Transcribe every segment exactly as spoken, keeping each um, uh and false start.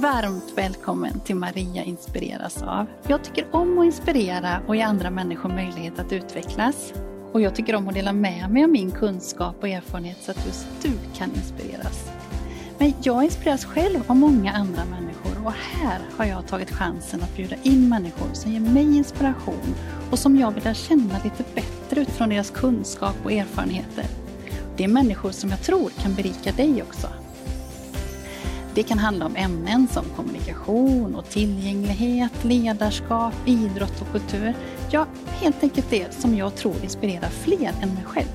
Varmt välkommen till Maria inspireras av. Jag tycker om att inspirera och ge andra människor möjlighet att utvecklas. Och jag tycker om att dela med mig av min kunskap och erfarenhet så att just du kan inspireras. Men jag inspireras själv av många andra människor och här har jag tagit chansen att bjuda in människor som ger mig inspiration och som jag vill lära känna lite bättre utifrån deras kunskap och erfarenheter. Det är människor som jag tror kan berika dig också. Det kan handla om ämnen som kommunikation och tillgänglighet, ledarskap, idrott och kultur. Ja, helt enkelt det som jag tror inspirerar fler än mig själv.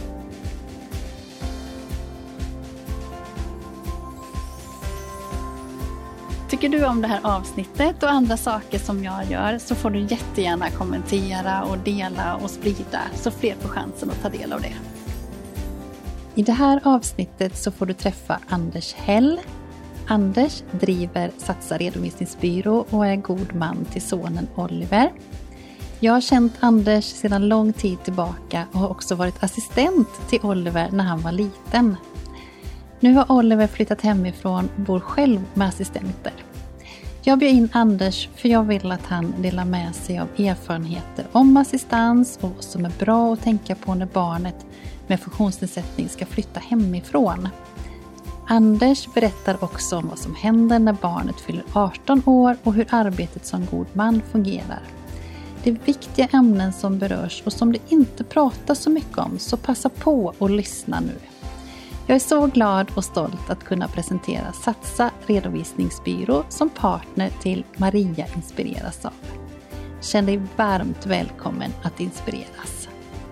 Tycker du om det här avsnittet och andra saker som jag gör så får du jättegärna kommentera och dela och sprida så fler får chansen att ta del av det. I det här avsnittet så får du träffa Anders Häll. Anders driver Satsa redovisningsbyrå och är god man till sonen Oliver. Jag har känt Anders sedan lång tid tillbaka och har också varit assistent till Oliver när han var liten. Nu har Oliver flyttat hemifrån och bor själv med assistenter. Jag bjöd in Anders för jag vill att han delar med sig av erfarenheter om assistans och vad som är bra att tänka på när barnet med funktionsnedsättning ska flytta hemifrån. Anders berättar också om vad som händer när barnet fyller arton år och hur arbetet som god man fungerar. Det är viktiga ämnen som berörs och som det inte pratas så mycket om, så passa på och lyssna nu. Jag är så glad och stolt att kunna presentera Satsa redovisningsbyrå som partner till Maria inspireras av. Känn dig varmt välkommen att inspireras.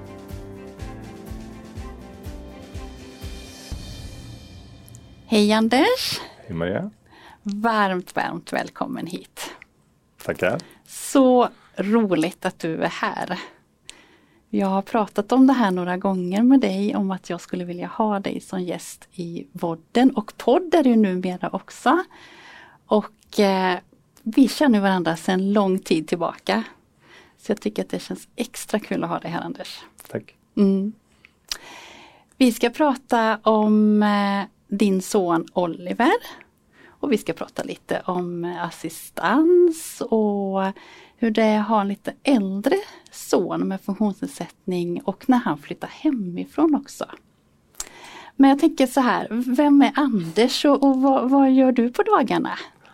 Hej Anders! Hej Maria! Varmt, varmt välkommen hit. Tackar! Så roligt att du är här. Jag har pratat om det här några gånger med dig om att jag skulle vilja ha dig som gäst i podden. Och podd är det ju numera också. Och eh, vi känner varandra sedan lång tid tillbaka. Så jag tycker att det känns extra kul att ha dig här Anders. Tack! Mm. Vi ska prata om eh, din son Oliver. Och vi ska prata lite om assistans och hur det är att ha en lite äldre son med funktionsnedsättning och när han flyttar hemifrån också. Men jag tänker så här, vem är Anders och, och vad, vad gör du på dagarna?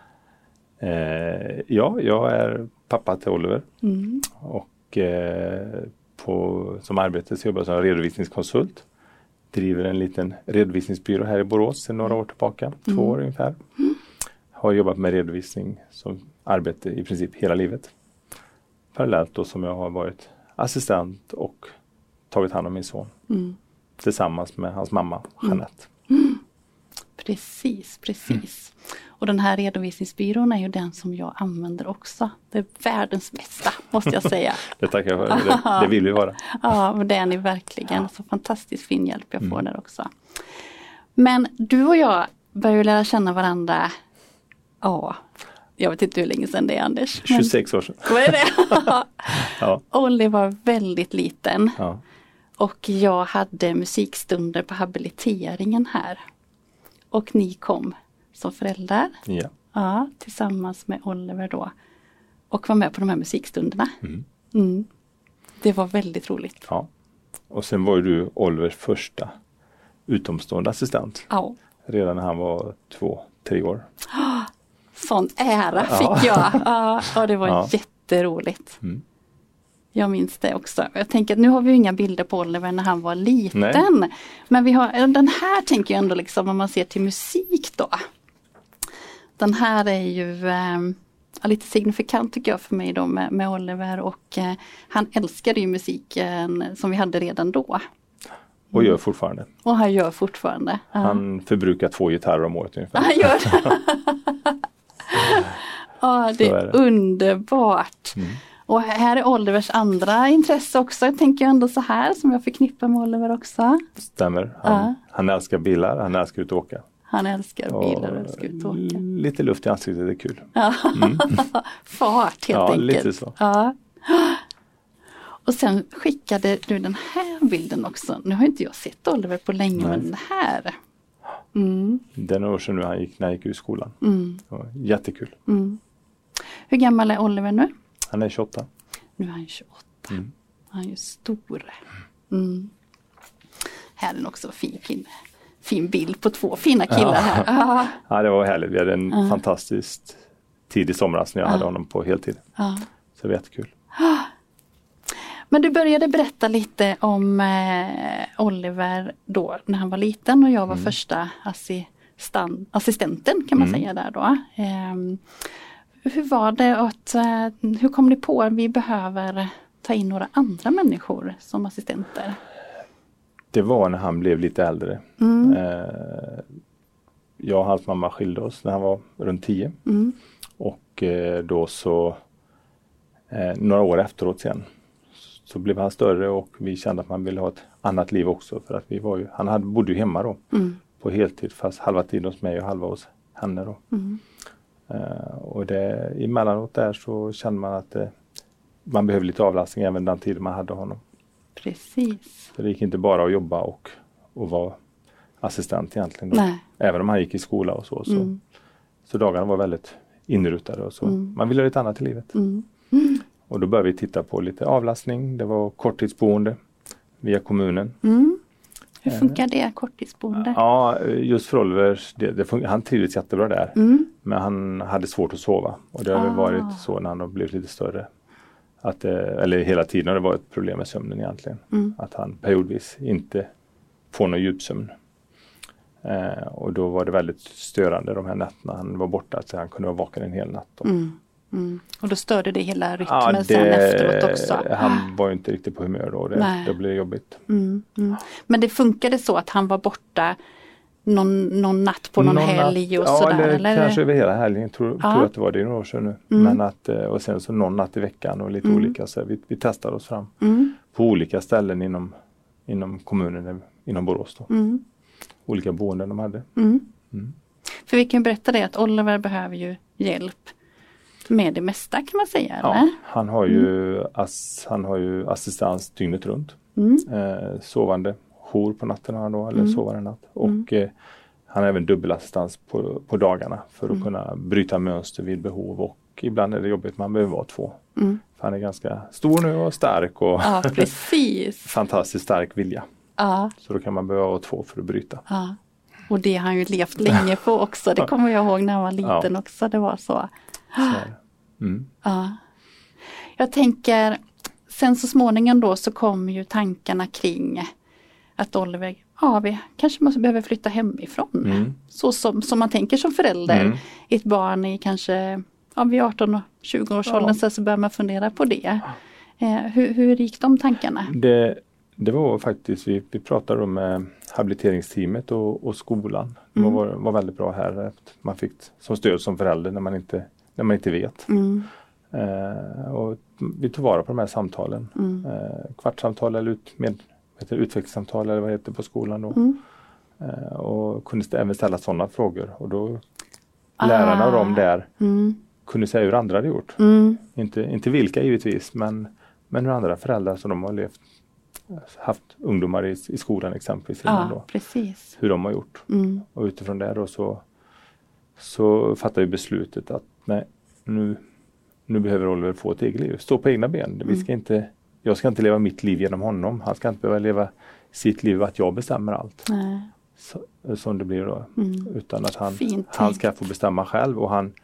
Eh, ja, jag är pappa till Oliver Mm. och eh, på, som arbete så jobbar jag som redovisningskonsult. Driver en liten redovisningsbyrå här i Borås sedan några år tillbaka, två Mm. år ungefär. Mm. Har jobbat med redovisning som arbete i princip hela livet. Parallellt då som jag har varit assistent och tagit hand om min son. Mm. Tillsammans med hans mamma, Jeanette. Mm. Mm. Precis, precis. Mm. Och den här redovisningsbyrån är ju den som jag använder också. Det är världens bästa, måste jag säga. Det tackar jag för. Det, det vill vi vara. Ja, men det är ni verkligen. Så fantastiskt fin hjälp jag får mm. där också. Men du och jag började lära känna varandra. Ja, jag vet inte hur länge sedan det är Anders. Men... tjugosex år sedan. Vad är det? Ja. Oliver var väldigt liten. Ja. Och jag hade musikstunder på habiliteringen här. Och ni kom som föräldrar. Ja. Ja, tillsammans med Oliver då. Och var med på de här musikstunderna. Mm. Mm. Det var väldigt roligt. Ja. Och sen var ju du Olivers första utomstående assistent. Ja. Redan när han var två, tre år. Sån ära fick ja. jag. Ja, och det var ja. jätteroligt. Mm. Jag minns det också. Jag tänker att nu har vi ju inga bilder på Oliver när han var liten. Nej. Men vi har, den här tänker jag ändå liksom om man ser till musik då. Den här är ju eh, lite signifikant tycker jag för mig då med, med Oliver. Och eh, han älskade ju musiken som vi hade redan då. Och gör fortfarande. Och han gör fortfarande. Han förbrukar två gitarrer om året ungefär. Han gör det. Ja, det är, är det. underbart. Mm. Och här är Olivers andra intresse också. Jag tänker ändå så här som jag förknippar med Oliver också. Stämmer. Han, ja. han älskar bilar, han älskar ut och åka. Han älskar bilar och älskar ut och åka. Lite luft i ansiktet är kul. Ja. Mm. Fart helt ja, enkelt. Lite så. Ja. Och sen skickade du den här bilden också. Nu har inte jag sett Oliver på länge, Nej. men den här. Mm. Det är några år sedan nu han gick, när han gick ur skolan. Mm. Det var jättekul. Mm. Hur gammal är Oliver nu? Han är tjugoåtta. Nu är han tjugoåtta. Mm. Han är ju stor. Mm. Här är också fin kille. Fin bild på två fina killar här. Ja, ja det var härligt. Vi hade en Ja. fantastisk tid i somras när jag Ja. hade honom på heltid. Ja. Så det var jättekul. Men du började berätta lite om eh, Oliver då när han var liten och jag var Mm. första assistan, assistenten kan man Mm. säga där då. Eh, hur var det att, eh, hur kom ni på att vi behöver ta in några andra människor som assistenter? Det var när han blev lite äldre. Mm. Eh, jag och hans mamma skilde oss när han var runt tio. Mm. Och eh, då så eh, några år efteråt sen så blev han större och vi kände att man ville ha ett annat liv också. För att vi var ju, han hade, bodde ju hemma då Mm. på heltid fast halva tiden hos mig och halva hos henne då. Mm. Eh, och det, emellanåt där så kände man att eh, man behövde lite avlastning även den tiden man hade honom. Precis. Så det gick inte bara att jobba och, och vara assistent egentligen. Då. Nej. Även om han gick i skola och så. Så, Mm. så dagarna var väldigt inrutade och så. Mm. Man ville ha lite annat i livet. Mm. Och då började vi titta på lite avlastning. Det var korttidsboende via kommunen. Mm. Hur funkar det, korttidsboende? Ja, just för Oliver, det, det fun- han trivdes jättebra där. Mm. Men han hade svårt att sova. Och det har väl Ah. varit så när han har blivit lite större. Att, eh, eller hela tiden har det varit ett problem med sömnen egentligen. Mm. Att han periodvis inte får någon djupsömn. Eh, och då var det väldigt störande de här nätterna. Han var borta så han kunde vara vaken en hel natt. Då. Mm. Mm. Och då störde det hela rytmen Ja, det, sen efteråt också. Han var ju inte riktigt på humör då. Det, Nej. det blev jobbigt. Mm. Mm. Men det funkade så att han var borta någon, någon natt på någon, Någon helg och natt, sådär? Ja, det eller? kanske över hela helgen. Tror, Ja. tror att det var det några år sedan nu. Mm. Men att, eh, och sen så någon natt i veckan och lite Mm. olika. Så vi, vi testade oss fram Mm. på olika ställen inom, inom kommunen, inom Borås. Då. Mm. Olika boenden de hade. Mm. Mm. För vi kan berätta det att Oliver behöver ju hjälp med det mesta kan man säga. Ja, Eller? han, har ju ass, han har ju assistans dygnet runt. Mm. Eh, sovande jour på natten har han då, eller Mm. sovande natt. Och Mm. eh, han har även dubbelassistans på, på dagarna för att Mm. kunna bryta mönster vid behov. Och ibland är det jobbigt, man behöver vara två. Mm. För han är ganska stor nu och stark och Ja, precis. fantastiskt stark vilja. Ja, Så då kan man behöva vara två för att bryta. ja. Och det har han ju levt länge på också. Det kommer jag ihåg när han var liten Ja. också. Det var så. Så är det. Mm. Ja. Jag tänker, sen så småningom då så kommer ju tankarna kring att Oliver, ja vi kanske måste behöver flytta hemifrån. Mm. Så som, som man tänker som förälder. Mm. Ett barn i kanske, ja vid arton och tjugo års åldern så, så börjar man fundera på det. Eh, hur, hur gick de tankarna? Det, det var faktiskt, vi, vi pratade om eh, habiliteringsteamet och, och skolan. Det Mm. var, var väldigt bra här. Att man fick som stöd som förälder när man inte, när man inte vet. Mm. Eh, och vi tog vara på de här samtalen. Mm. Eh, kvartssamtal eller ut, med, heter det, utvecklingssamtal eller vad heter det på skolan då. Mm. Eh, och kunde st- även ställa sådana frågor. Och då lärarna och de där Mm. kunde säga hur andra hade gjort. Mm. Inte, inte vilka givetvis, men, men hur andra föräldrar som de har levt, haft ungdomar i, i skolan exempelvis innan Ja, då. precis. Hur de har gjort. Mm. Och utifrån det då så, så fattar vi beslutet att nej, nu, nu behöver Oliver få ett eget liv. Stå på egna ben. Vi ska inte, jag ska inte leva mitt liv genom honom. Han ska inte behöva leva sitt liv att jag bestämmer allt. Nej. Så, som det blir då. Mm. Utan att han, Fint han ska få bestämma själv. Och han,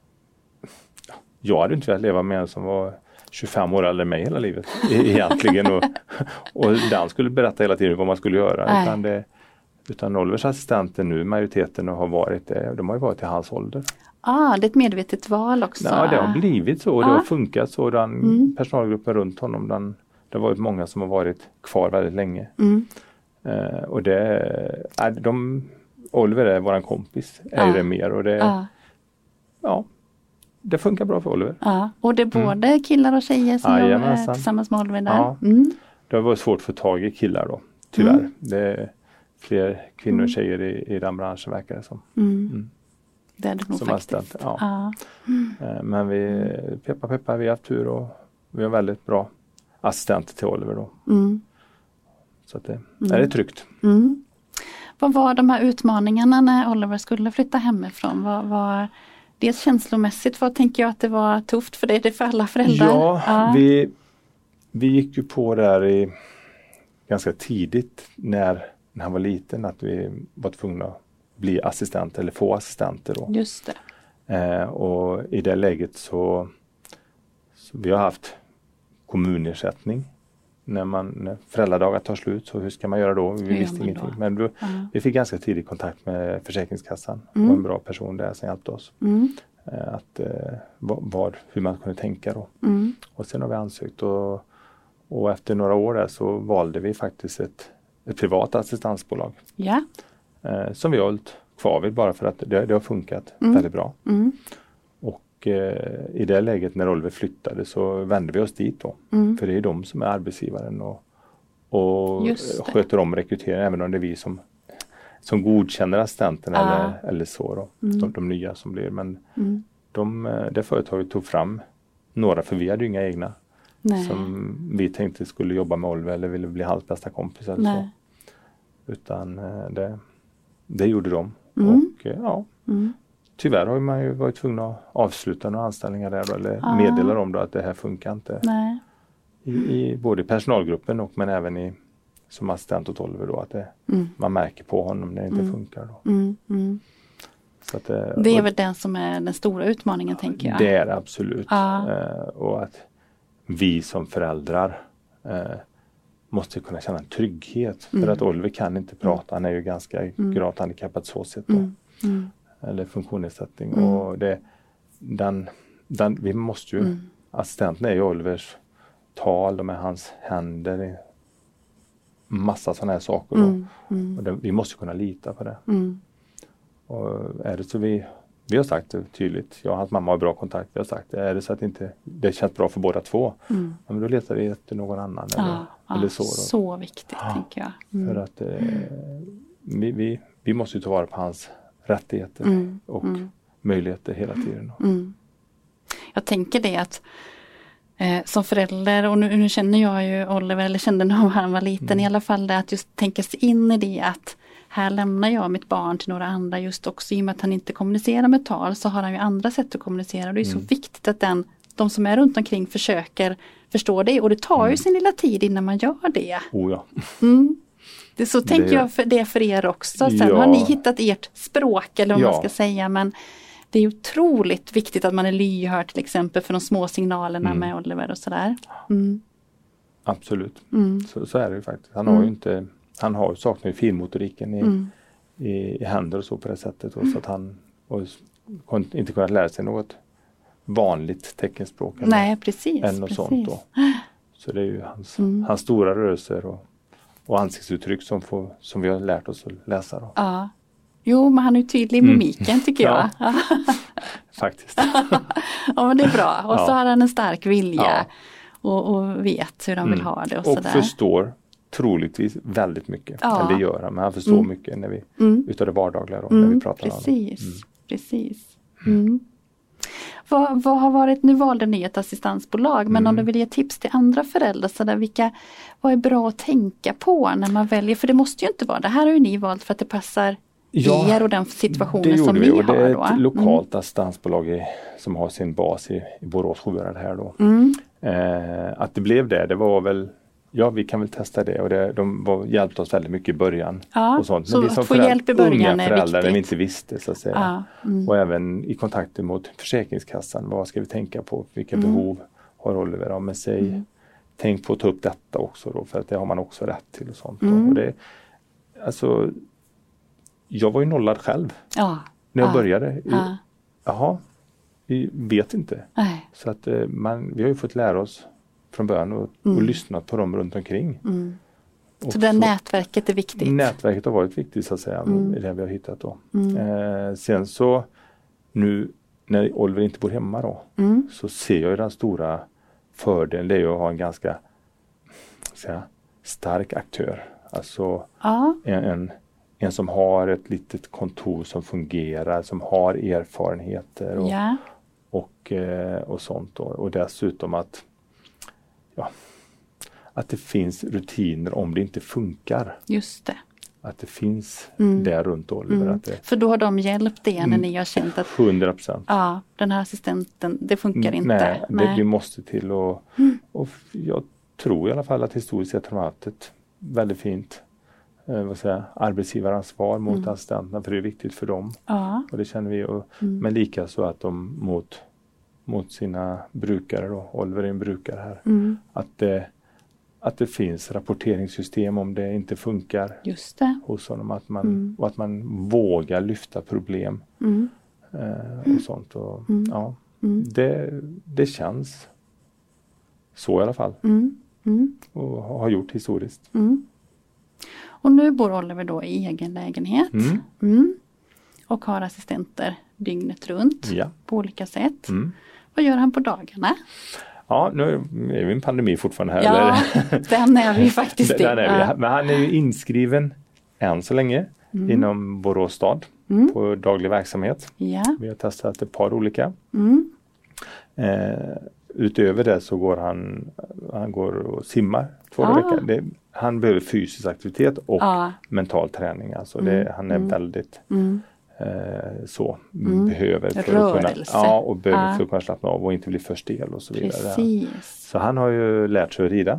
jag hade inte velat leva med en som var tjugofem år äldre än mig hela livet. E- egentligen. Och, och den skulle berätta hela tiden vad man skulle göra. Nej. Utan, det, utan Olivers assistenter nu, majoriteten har varit det. De har ju varit i hans ålder. Ah, det är ett medvetet val också. Ja, det har blivit så. Det Ja. har funkat så. Den Mm. personalgruppen runt honom, den, det har varit många som har varit kvar väldigt länge. Mm. Eh, och det är de, Oliver är våran kompis. Är Ja. ju det mer. Och det, Ja. ja, det funkar bra för Oliver. Ja. Och det är både killar och tjejer som jobbar Jajamensan. tillsammans med Oliver där. Ja. Mm. Det har varit svårt att få tag i killar då. Tyvärr. Mm. Det är fler kvinnor och tjejer i, i den branschen verkar det som. Mm. Mm. Det är det nog Som faktiskt. assistent, ja. Ja. Eh, Men vi, peppa peppa, vi har haft tur och vi har väldigt bra assistenter till Oliver då. Mm. Så att det, Mm. är det tryggt. Mm. Vad var de här utmaningarna när Oliver skulle flytta hemifrån? Vad var dels känslomässigt, vad tänker jag att det var tufft för dig, det är för alla föräldrar? Ja, ja. Vi, vi gick ju på där i, ganska tidigt när, när han var liten att vi var tvungna att bli assistent eller få assistenter då. Just det. Eh, och i det läget så, så vi har haft kommunersättning. När, man, när föräldradagar tar slut, så hur ska man göra då? Vi hur visste ingenting. Då? Men då, uh-huh. vi fick ganska tidig kontakt med Försäkringskassan. Mm. Och en bra person där som hjälpte oss. Mm. Eh, att, eh, vad, hur man kunde tänka då. Mm. Och sen har vi ansökt och, och efter några år där så valde vi faktiskt ett, ett privat assistansbolag. Yeah. Eh, som vi har hållit kvar vid bara för att det, det har funkat mm. väldigt bra. Mm. Och eh, i det läget när Oliver flyttade så vände vi oss dit då. Mm. För det är de som är arbetsgivaren och, och sköter om rekryteringen, även om det är vi som, som godkänner assistenten ah. eller, eller så då. Mm. De, de nya som blir. Men mm. de, det företaget tog fram några, för vi hade ju inga egna. Nej. Som vi tänkte skulle jobba med Oliver eller ville bli hans bästa kompis eller så. Utan det, det gjorde de. Mm. Och ja, mm. tyvärr har man ju varit tvungen att avsluta några anställningar där då, eller ah. meddela dem då att det här funkar inte. Nej. I, i både personalgruppen och men även i, som assistent åt Oliver då, att det, mm. man märker på honom när det inte mm. funkar då. Mm. Mm. Så att det, det är och, väl den som är den stora utmaningen, tänker jag. Det är det absolut. Ah. Eh, och att vi som föräldrar eh, måste kunna känna en trygghet. Mm. För att Oliver kan inte prata. Han är ju ganska mm. gravt handikappad så sett då. Mm. Mm. Eller funktionsnedsättning. Mm. Och det, den, den, vi måste ju, mm. assistenten är ju Olivers tal, de är hans händer. Massa sådana här saker. Mm. Mm. Och det, vi måste kunna lita på det. Mm. Och är det så vi, vi har sagt det tydligt. Jag och hans mamma har bra kontakt. Vi har sagt det. Är det så att inte, det känns bra för båda två. Mm. Ja, men då letar vi efter någon annan. Ja, eller, ja, eller så. Då. Så viktigt, ja, tänker jag. Mm. För att eh, vi, vi, vi måste ju ta vara på hans rättigheter mm. och mm. möjligheter hela tiden. Mm. Jag tänker det att eh, som förälder, och nu, nu känner jag ju Oliver, eller kände när han var liten mm. i alla fall, det att just tänka sig in i det att här lämnar jag mitt barn till några andra, just också i och med att han inte kommunicerar med tal, så har han ju andra sätt att kommunicera. Och det är mm. så viktigt att den, de som är runt omkring försöker förstå det, och det tar mm. ju sin lilla tid innan man gör det. Oh ja. Mm. Det, så tänker det, jag för det för er också. Sen ja. har ni hittat ert språk, eller vad ja. man ska säga, men det är otroligt viktigt att man är lyhörd till exempel för de små signalerna mm. med Oliver och sådär. Mm. Absolut. Mm. Så, så är det ju faktiskt. Han har mm. ju inte, han har saknar ju finmotoriken i, mm. i, i händer och så på det sättet. Och mm. så att han och inte kunnat lära sig något vanligt teckenspråk. Nej, precis. Än något precis. sånt då. Så det är ju hans, mm. hans stora rörelser och Och ansiktsuttryck som, får, som vi har lärt oss att läsa då. Ja. Jo, men han är ju tydlig i mimiken mm. tycker jag. Ja. Faktiskt. Ja, men det är bra. Och ja. så har han en stark vilja. Ja. Och, och vet hur han vill mm. ha det. Och, och sådär. förstår troligtvis väldigt mycket. Ja. Eller det gör han. Men han förstår mm. mycket när vi, mm. utav det vardagliga då, mm. när vi pratar precis. om det. Mm. Precis. Mm. Vad, vad har varit, nu valde ni ett assistansbolag, men mm. om du vill ge tips till andra föräldrar, så där, vilka, vad är bra att tänka på när man väljer, för det måste ju inte vara, det här har ju ni valt för att det passar ja, er och den situationen som ni har. Det är då. ett lokalt mm. assistansbolag i, som har sin bas i, i Borås Sjuhärad här då. Mm. Eh, att det blev det, det var väl, ja vi kan väl testa det, och det, de var, hjälpte oss väldigt mycket i början. Ja, och sånt. Så Men vi som att få hjälp i början unga är föräldrar viktigt. När vi inte visste så att säga. Ja, mm. Och även i kontakter mot Försäkringskassan, vad ska vi tänka på, vilka mm. behov har Oliver med sig. Mm. Tänk på att ta upp detta också då, för att det har man också rätt till och sånt. Mm. Och det, alltså, jag var ju nollad själv ja. när jag ja. började. Ja. Jaha, vi vet inte. Nej. Så att man, vi har ju fått lära oss från början och, mm. och lyssnat på dem runt omkring. Mm. Så det nätverket är viktigt? Nätverket har varit viktigt så att säga, mm. i det vi har hittat då. Mm. Eh, sen så, nu när Oliver inte bor hemma då, mm. så ser jag ju den stora fördelen, det är ju att ha en ganska säga, stark aktör. Alltså ja. en, en, en som har ett litet kontor som fungerar, som har erfarenheter och, ja. och, eh, och sånt då. Och dessutom att Ja, att det finns rutiner om det inte funkar. Just det. att det finns Mm. där runt Oliver. Mm. Att det, För då har de hjälpt er när ni har känt att hundra procent. ja, den här assistenten, det funkar inte. Nej, Nej. Det, vi måste till och, Mm. och jag tror i alla fall att historiskt sett har de haft ett väldigt fint eh, vad säger, arbetsgivaransvar mot Mm. assistenterna, för det är viktigt för dem. Ja. Och det känner vi. Och, Mm. Men lika så att de mot, mot sina brukare då, Oliver är en brukare här, Mm. att det, att det finns rapporteringssystem om det inte funkar Just det. hos honom. Att man, Mm. och att man vågar lyfta problem Mm. eh, och sånt. Och, Mm. ja, Mm. det, det känns så i alla fall. Mm. Mm. Och har gjort historiskt. Mm. Och nu bor Oliver då i egen lägenhet. Mm. Mm. Och har assistenter dygnet runt Ja. på olika sätt. Mm. Vad gör han på dagarna? Ja, nu är vi i en pandemi fortfarande här. Ja, eller? den är vi faktiskt i. Den är Ja. vi. Men han är ju inskriven än så länge Mm. inom Borås stad Mm. på daglig verksamhet. Ja. Vi har testat ett par olika. Mm. Eh, utöver det så går han, han går och simmar två Ah. dagar i veckan. Det, han behöver fysisk aktivitet och Ja. mental träning. Alltså det, Mm. han är Mm. väldigt Mm. eh, så. Mm. Behöver för att Rörelse. kunna, ja, och behöver Ah. för att kunna slappna av och inte bli för stel och så vidare. Precis. Så han har ju lärt sig att rida.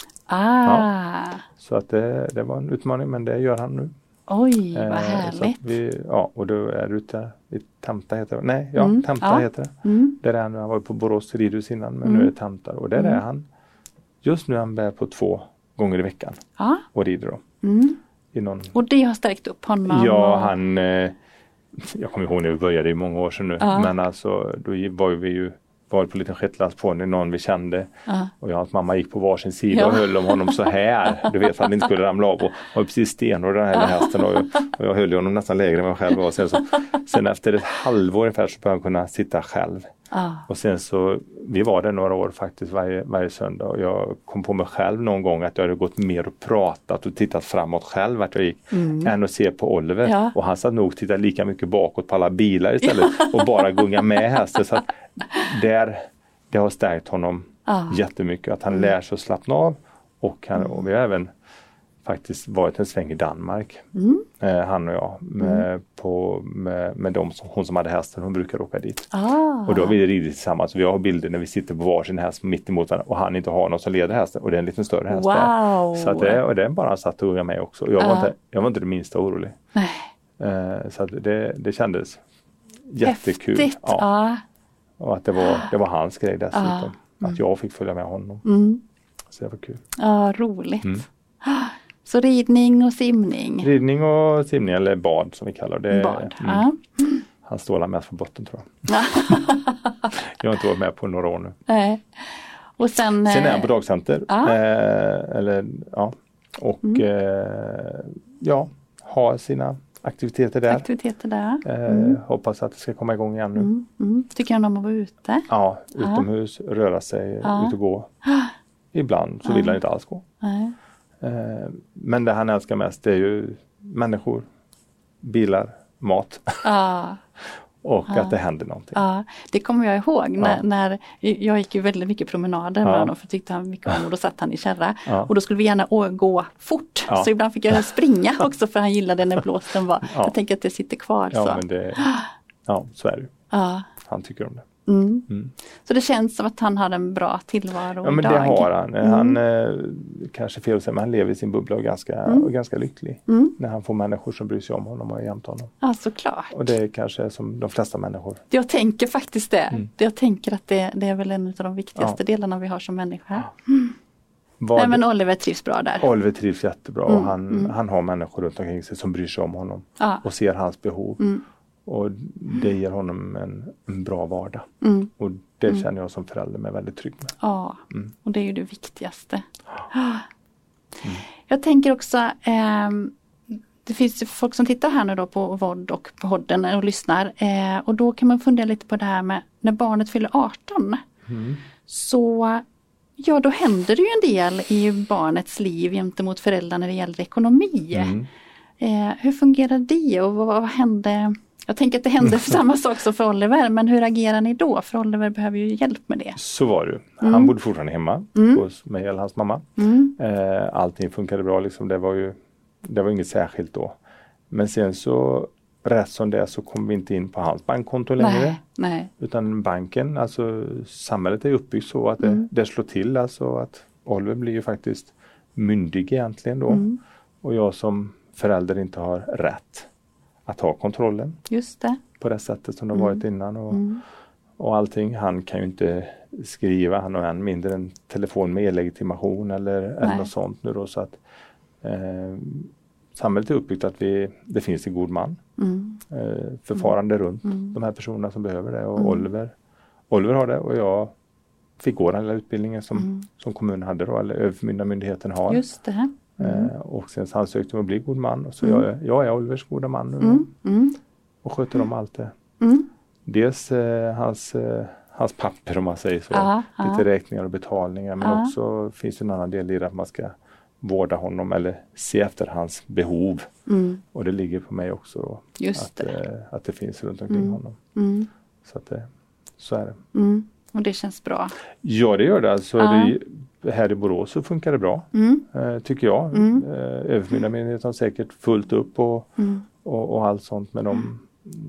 Ah. Så att det, det var en utmaning, men det gör han nu. Oj, vad Eh, så att härligt. vi, ja, och då är det ute i Tamta heter det. Nej, ja, Mm, Tamta ja. heter det. Mm. Där är han, han var på Borås ridhus innan, men Mm. nu är det Tamta. Och där Mm. är han. Just nu är han med på två gånger i veckan Ja. och rider då. Mm. I någon, Och det har stärkt upp honom? ja, och- han, eh, jag kommer ihåg när vi började i många år sedan nu, Ja. men alltså då var vi ju var på en liten shetlandsponny, någon vi kände. Ja. Och jag och hans mamma gick på varsin sida Ja. och höll om honom så här. Du vet, för att han inte skulle ramla av. Och var precis stenhård den här hästen. Och jag, och jag höll honom nästan lägre än vad jag själv var. Sen, så, sen efter ett halvår ungefär så började han kunna sitta själv. Ja. Och sen så, vi var där några år faktiskt varje, varje söndag. Och jag kom på mig själv någon gång att jag hade gått mer och pratat och tittat framåt själv vart jag gick. Mm. Än att se på Oliver. Ja. Och han satt nog och tittade lika mycket bakåt på alla bilar istället. Och bara gunga med hästen. Så att där... Det har stärkt honom Ja. jättemycket. Att han Mm. lär sig att slappna av. Och, han, och vi har även faktiskt varit en sväng i Danmark. Mm. Eh, han och jag. Med, på, med, med dem som, hon som hade hästen. Hon brukar åka dit. Ah. Och då har vi ridit tillsammans. Vi har bilder när vi sitter på varsin häst mitt emot varandra. Och han inte har någon som leder hästen. Och det är en lite större häst Wow. där. Så att det, och det är bara satt och unga med också. Jag var, Ja. inte, jag var inte det minsta orolig. Nej. Eh, så att det, det kändes jättekul. Häftigt. Ja. Ja. Och att det var, det var hans grej dessutom. Ja. Att jag fick följa med honom. Mm. Så det var kul. Ja, roligt. Mm. Så ridning och simning. Ridning och simning, eller bad som vi kallar det. Bad. Mm. Ja. Han stålar mest på botten tror jag. Jag har inte varit med på några år nu. Nej. Och sen, Sen är han på eh, dagcenter. ja. Eh, eller, ja. Och Mm. eh, ja, har sina aktiviteter där. aktiviteter där. Eh, hoppas att det ska komma igång igen nu. Mm. Mm. Tycker han om att vara ute? Ja, utomhus, röra sig, Ja. ut och gå. Ibland så vill Ja. han inte alls gå. Nej. Eh, men det han älskar mest det är ju människor, bilar, mat Ja. och Ja. att det händer någonting. Ja, det kommer jag ihåg när, Ja. när jag gick ju väldigt mycket promenader med Ja. honom för tyckte han mycket om och då satt han i kärra. Ja. Och då skulle vi gärna å- gå fort. Ja. Så ibland fick jag springa också för han gillade när blåsten var. Ja. Jag tänker att det sitter kvar. Ja, så. men det, ja, så är det ju. Ja. Han tycker om det. Mm. Mm. Så det känns som att han har en bra tillvaro Ja, men idag. det har han. Mm. Han eh, kanske fel att säga, men han lever i sin bubbla och är ganska, Mm. och ganska lycklig. Mm. När han får människor som bryr sig om honom och är jämt honom. Ja, såklart. Och det är kanske som de flesta människor. Jag tänker faktiskt det. Mm. Jag tänker att det, det är väl en av de viktigaste delarna vi har som människa. Vad, Nej, men Oliver trivs bra där. Oliver trivs jättebra Mm, och han, mm. han har människor runt omkring sig som bryr sig om honom. Ja. Och ser hans behov. Mm. Och det ger honom en, en bra vardag. Mm. Och det Mm. känner jag som förälder mig väldigt trygg med. Ja, Mm. och det är ju det viktigaste. Jag tänker också, ehm, det finns ju folk som tittar här nu då på V O D och på podden och lyssnar. Eh, och då kan man fundera lite på det här med när barnet fyller arton. Mm. Så ja, då händer det ju en del i barnets liv gentemot föräldrar när det gäller ekonomi. Mm. Eh, hur fungerar det och vad, vad hände? Jag tänker att det hände samma sak som för Oliver, men hur agerar ni då? För Oliver behöver ju hjälp med det. Så var det ju. Mm. Han bodde fortfarande hemma Mm. hos mig eller hans mamma. Mm. Eh, allting funkade bra liksom. Det var ju det var inget särskilt då. Men sen så rätt som det så kom vi inte in på hans bankkonto längre. Nej, nej. Utan banken, alltså samhället är uppbyggt så att det, Mm. det slår till. Alltså att Oliver blir ju faktiskt myndig egentligen då. Mm. Och jag som förälder inte har rätt att ha kontrollen Just det. på det sättet som det Mm. varit innan. Och, Mm. och allting. Han kan ju inte skriva, han har än mindre en telefon med e-legitimation eller, eller något sånt nu då. Så att eh, samhället är uppbyggt att vi, det finns en god man. Mm. Eh, förfarande mm. runt Mm. de här personerna som behöver det. Och Mm. Oliver, Oliver har det och jag fick gå den här utbildningen som, Mm. som kommunen hade då, eller överförmyndarmyndigheten har. Just det. Mm. Eh, och sen så ansökte om att bli god man. Och så Mm. jag, jag är Olivers goda man nu. Mm. Mm. Och sköter om allt det. Mm. Dels eh, hans, eh, hans papper om man säger så. Ja, Lite ja. räkningar och betalningar. Men Ja. också finns det en annan del i det att man ska vårda honom eller se efter hans behov. Mm. Och det ligger på mig också då. Just Att, det. eh, att det finns runt omkring Mm. honom. Mm. Så att det, så är det. Mm. Och det känns bra. Ja, det gör det. Alltså, Ja. det, här i Borås så funkar det bra. Mm. Eh, tycker jag. Mm. Eh, Överförmyndarmyndigheten har säkert fullt upp och, Mm. och, och allt sånt. Men de,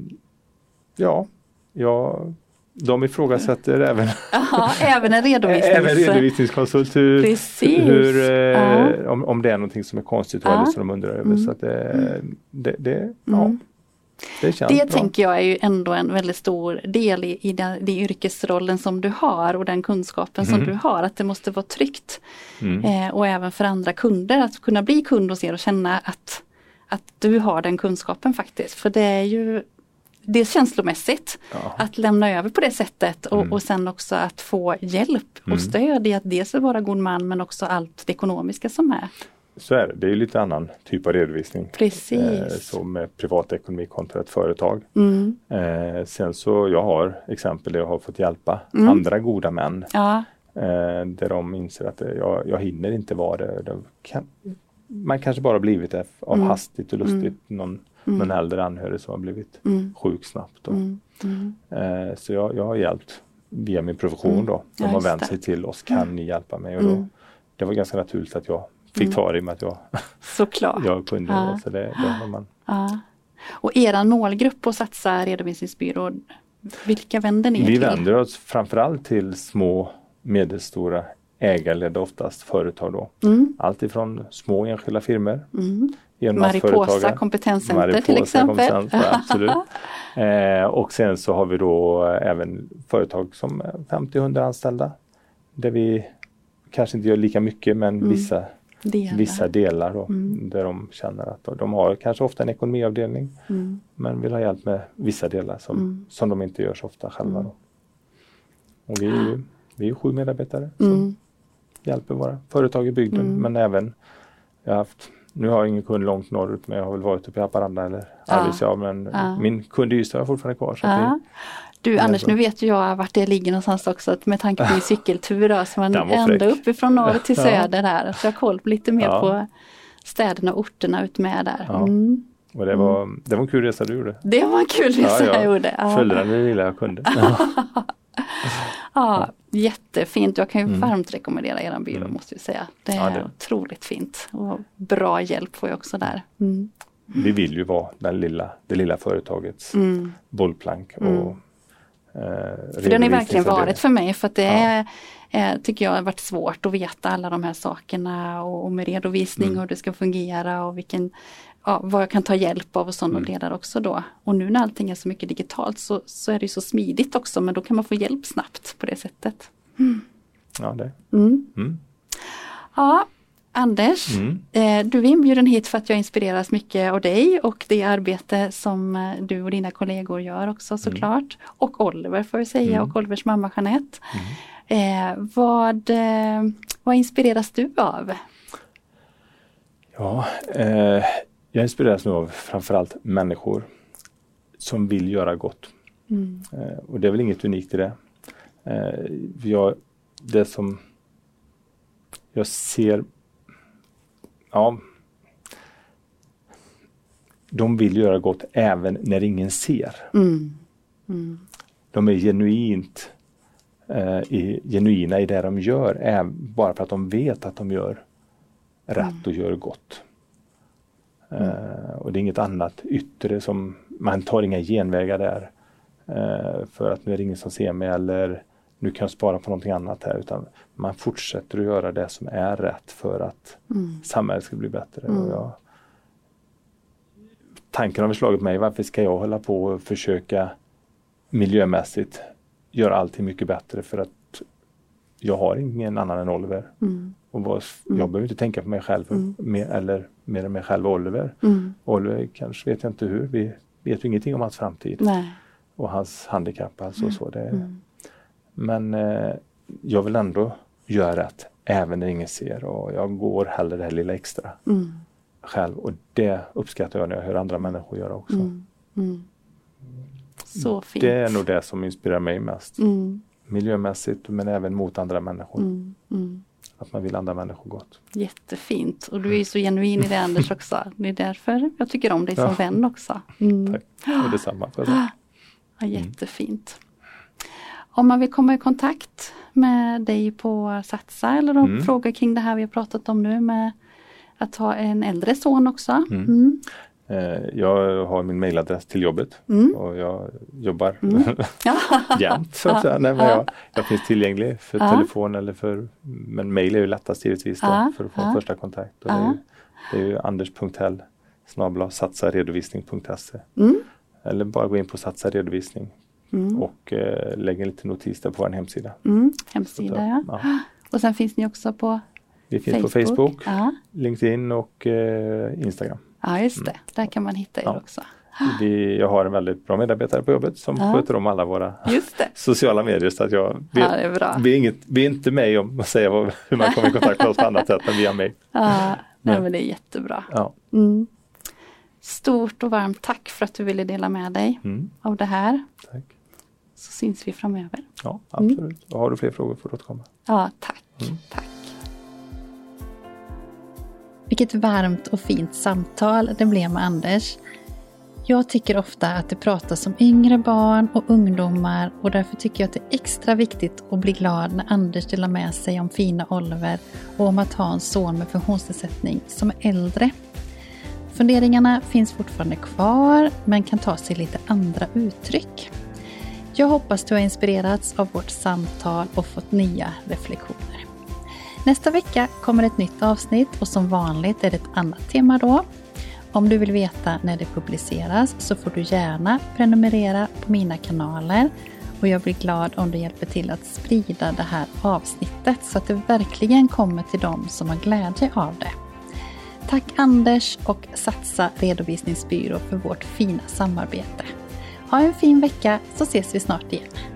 ja, ja, de ifrågasätter även, Aha, även en redovisning. även redovisningskonsult hur, Precis. hur, eh, Ja. om, om det är någonting som är konstigt Ja. eller som de undrar över. Mm. Så att det, det, det, ja, Mm. det känns Det bra. tänker jag är ju ändå en väldigt stor del i, i den, den yrkesrollen som du har och den kunskapen som Mm. du har. Att det måste vara tryggt. Mm. Eh, och även för andra kunder att kunna bli kund hos er och känna att, att du har den kunskapen faktiskt. För det är ju det är känslomässigt Ja. att lämna över på det sättet och, Mm. och sen också att få hjälp och Mm. stöd i att dels vara god man men också allt det ekonomiska som är. Så är det. Det är ju lite annan typ av redovisning. Precis. Eh, som med privatekonomi kontra ett företag. Mm. Eh, sen så jag har exempel där jag har fått hjälpa Mm. andra goda män. Ja. Eh, där de inser att det, jag, jag hinner inte vara det. det kan, man kanske bara blivit det av Mm. hastigt och lustigt. Mm. Någon, Mm. någon äldre anhörig som har blivit Mm. sjuk snabbt. Då. Mm. Mm. Eh, så jag, jag har hjälpt via min profession Mm. då. De Ja, har just vänt det. sig till oss. Kan ni hjälpa mig? Och då, Mm. det var ganska naturligt att jag fick Mm. ta det i och med att jag, Såklart. jag kunde. Ja. Då, så det, det har man. Ja. Och eran målgrupp på Satsa redovisningsbyrå, vilka vänder ni er Vi till? vänder oss framförallt till små, medelstora ägarledda oftast företag då. Mm. Allt ifrån små enskilda firmor, Mm. enmansföretagare. Mariposa kompetenscenter Mariposa till exempel. kompetenscenter, absolut. Eh, och sen så har vi då även företag som är femtio till hundra anställda. Där vi kanske inte gör lika mycket men Mm. vissa, Delar. vissa delar då. Mm. Där de känner att de har kanske ofta en ekonomiavdelning. Mm. Men vill ha hjälp med vissa delar som, Mm. som de inte gör så ofta själva. Mm. Då. Och vi är ju vi är sju medarbetare som Mm. hjälper våra företag i bygden. Mm. Men även, jag har haft, nu har jag ingen kund långt norrut men jag har väl varit uppe i Haparanda eller Ja. Arvidsjaur. Men Ja. min kund i Ystad är fortfarande kvar. Så att Ja. Du det är Anders, så. nu vet ju jag vart det ligger någonstans också att med tanke på din cykeltur då, så man Den var ända fräck. uppifrån norr till Ja. söder där. Så jag har koll lite mer Ja. på städerna och orterna ut med där. Ja. Mm. och det, var, det var en kul resa du gjorde. Det var en kul resa Ja, ja. jag gjorde. Ja. Följde den det lilla jag kunde. Ja, jättefint. Jag kan ju Mm. varmt rekommendera er byrå Mm. måste jag säga. Det är Ja, det- otroligt fint och bra hjälp får jag också där. Mm. Vi vill ju vara den lilla, det lilla företagets Mm. bollplank. Och, Mm. eh, För det har ni verkligen redovisningsavdelning. varit för mig för att det Ja. är, eh, tycker jag har varit svårt att veta alla de här sakerna och, och med redovisning Mm. och hur det ska fungera och vilken, ja, vad jag kan ta hjälp av och sådana Mm. ledare också då. Och nu när allting är så mycket digitalt så, så är det ju så smidigt också men då kan man få hjälp snabbt på det sättet. Ja, det. Mm. Mm. Ja, Anders, Mm. eh, du är inbjuden hit för att jag inspireras mycket av dig och det arbete som eh, du och dina kollegor gör också såklart. Och Oliver får jag säga Mm. och Olivers mamma Jeanette. Eh, vad, eh, vad inspireras du av? Ja, eh, jag inspireras nu av framförallt människor som vill göra gott. Mm. Eh, och det är väl inget unikt i det. Eh, jag, det som jag ser, ja, de vill göra gott även när ingen ser. Mm. Mm. De är genuint eh, i, genuina i det de gör, även, bara för att de vet att de gör rätt och gör gott. Mm. Uh, och det är inget annat yttre som, man tar inga genvägar där. Uh, för att nu är det ingen som ser mig eller nu kan jag spara på någonting annat här. Utan man fortsätter att göra det som är rätt för att mm. samhället ska bli bättre. Mm. Och jag, tanken har slagit mig, varför ska jag hålla på och försöka miljömässigt göra allting mycket bättre för att jag har ingen annan än Oliver. Mm. Och vad, mm. jag behöver inte tänka på mig själv mm. mer, eller mer än mig själv och Oliver. Mm. Oliver kanske vet jag inte hur, vi vet ju ingenting om hans framtid. Nej. Och hans handikapp alltså. Mm. Så det, mm. Men eh, jag vill ändå göra rätt även när ingen ser och jag går hellre det här lilla extra mm. själv och det uppskattar jag när jag hör andra människor göra också. Mm. Mm. Så fint. Det är nog det som inspirerar mig mest. Mm. Miljömässigt men även mot andra människor. Mm. Mm. Att man vill andra människor gott. Jättefint. Och du är ju så genuin i det, Anders, också. Det är därför jag tycker om dig som ja. vän också. Mm. Tack. Och detsamma. Ja, jättefint. Om man vill komma i kontakt med dig på Satsa eller mm. frågor kring det här vi har pratat om nu med att ha en äldre son också. Mm. Mm. Jag har min mailadress till jobbet mm. och jag jobbar mm. jämt så att säga. Nej, men jag, jag finns tillgänglig för ja. telefon eller för, men mail är ju lättast givetvis då, ja. för att få en ja. första kontakt. Och ja. det är ju, ju anders punkt hell snabel-a satsaredovisning punkt se mm. eller bara gå in på Satsa redovisning mm. och eh, lägga lite notis där på vår hemsida. Mm. Hemsida, så, ja. ja. Och sen finns ni också på Vi finns Facebook. på Facebook, ja. LinkedIn och eh, Instagram. Ja, just det. Mm. Där kan man hitta er ja. också. Vi, jag har en väldigt bra medarbetare på jobbet som ja. sköter om alla våra sociala medier. Så att jag vet, ja, det är bra. Vi, är inget, vi är inte med om att säga vad, hur man kommer i kontakt med oss på annat sätt än via mig. Ja, nej, men det är jättebra. Ja. Mm. Stort och varmt tack för att du ville dela med dig mm. av det här. Tack. Så syns vi framöver. Ja, absolut. Mm. Och har du fler frågor får du återkomma. Ja, tack. Mm. Tack. Vilket varmt och fint samtal det blev med Anders. Jag tycker ofta att det pratas om yngre barn och ungdomar och därför tycker jag att det är extra viktigt att bli glad när Anders delar med sig om fina Oliver och om att ha en son med funktionsnedsättning som är äldre. Funderingarna finns fortfarande kvar men kan ta sig lite andra uttryck. Jag hoppas du har inspirerats av vårt samtal och fått nya reflektioner. Nästa vecka kommer ett nytt avsnitt och som vanligt är det ett annat tema då. Om du vill veta när det publiceras så får du gärna prenumerera på mina kanaler och jag blir glad om du hjälper till att sprida det här avsnittet så att det verkligen kommer till dem som har glädje av det. Tack Anders och Satsa redovisningsbyrå för vårt fina samarbete. Ha en fin vecka så ses vi snart igen.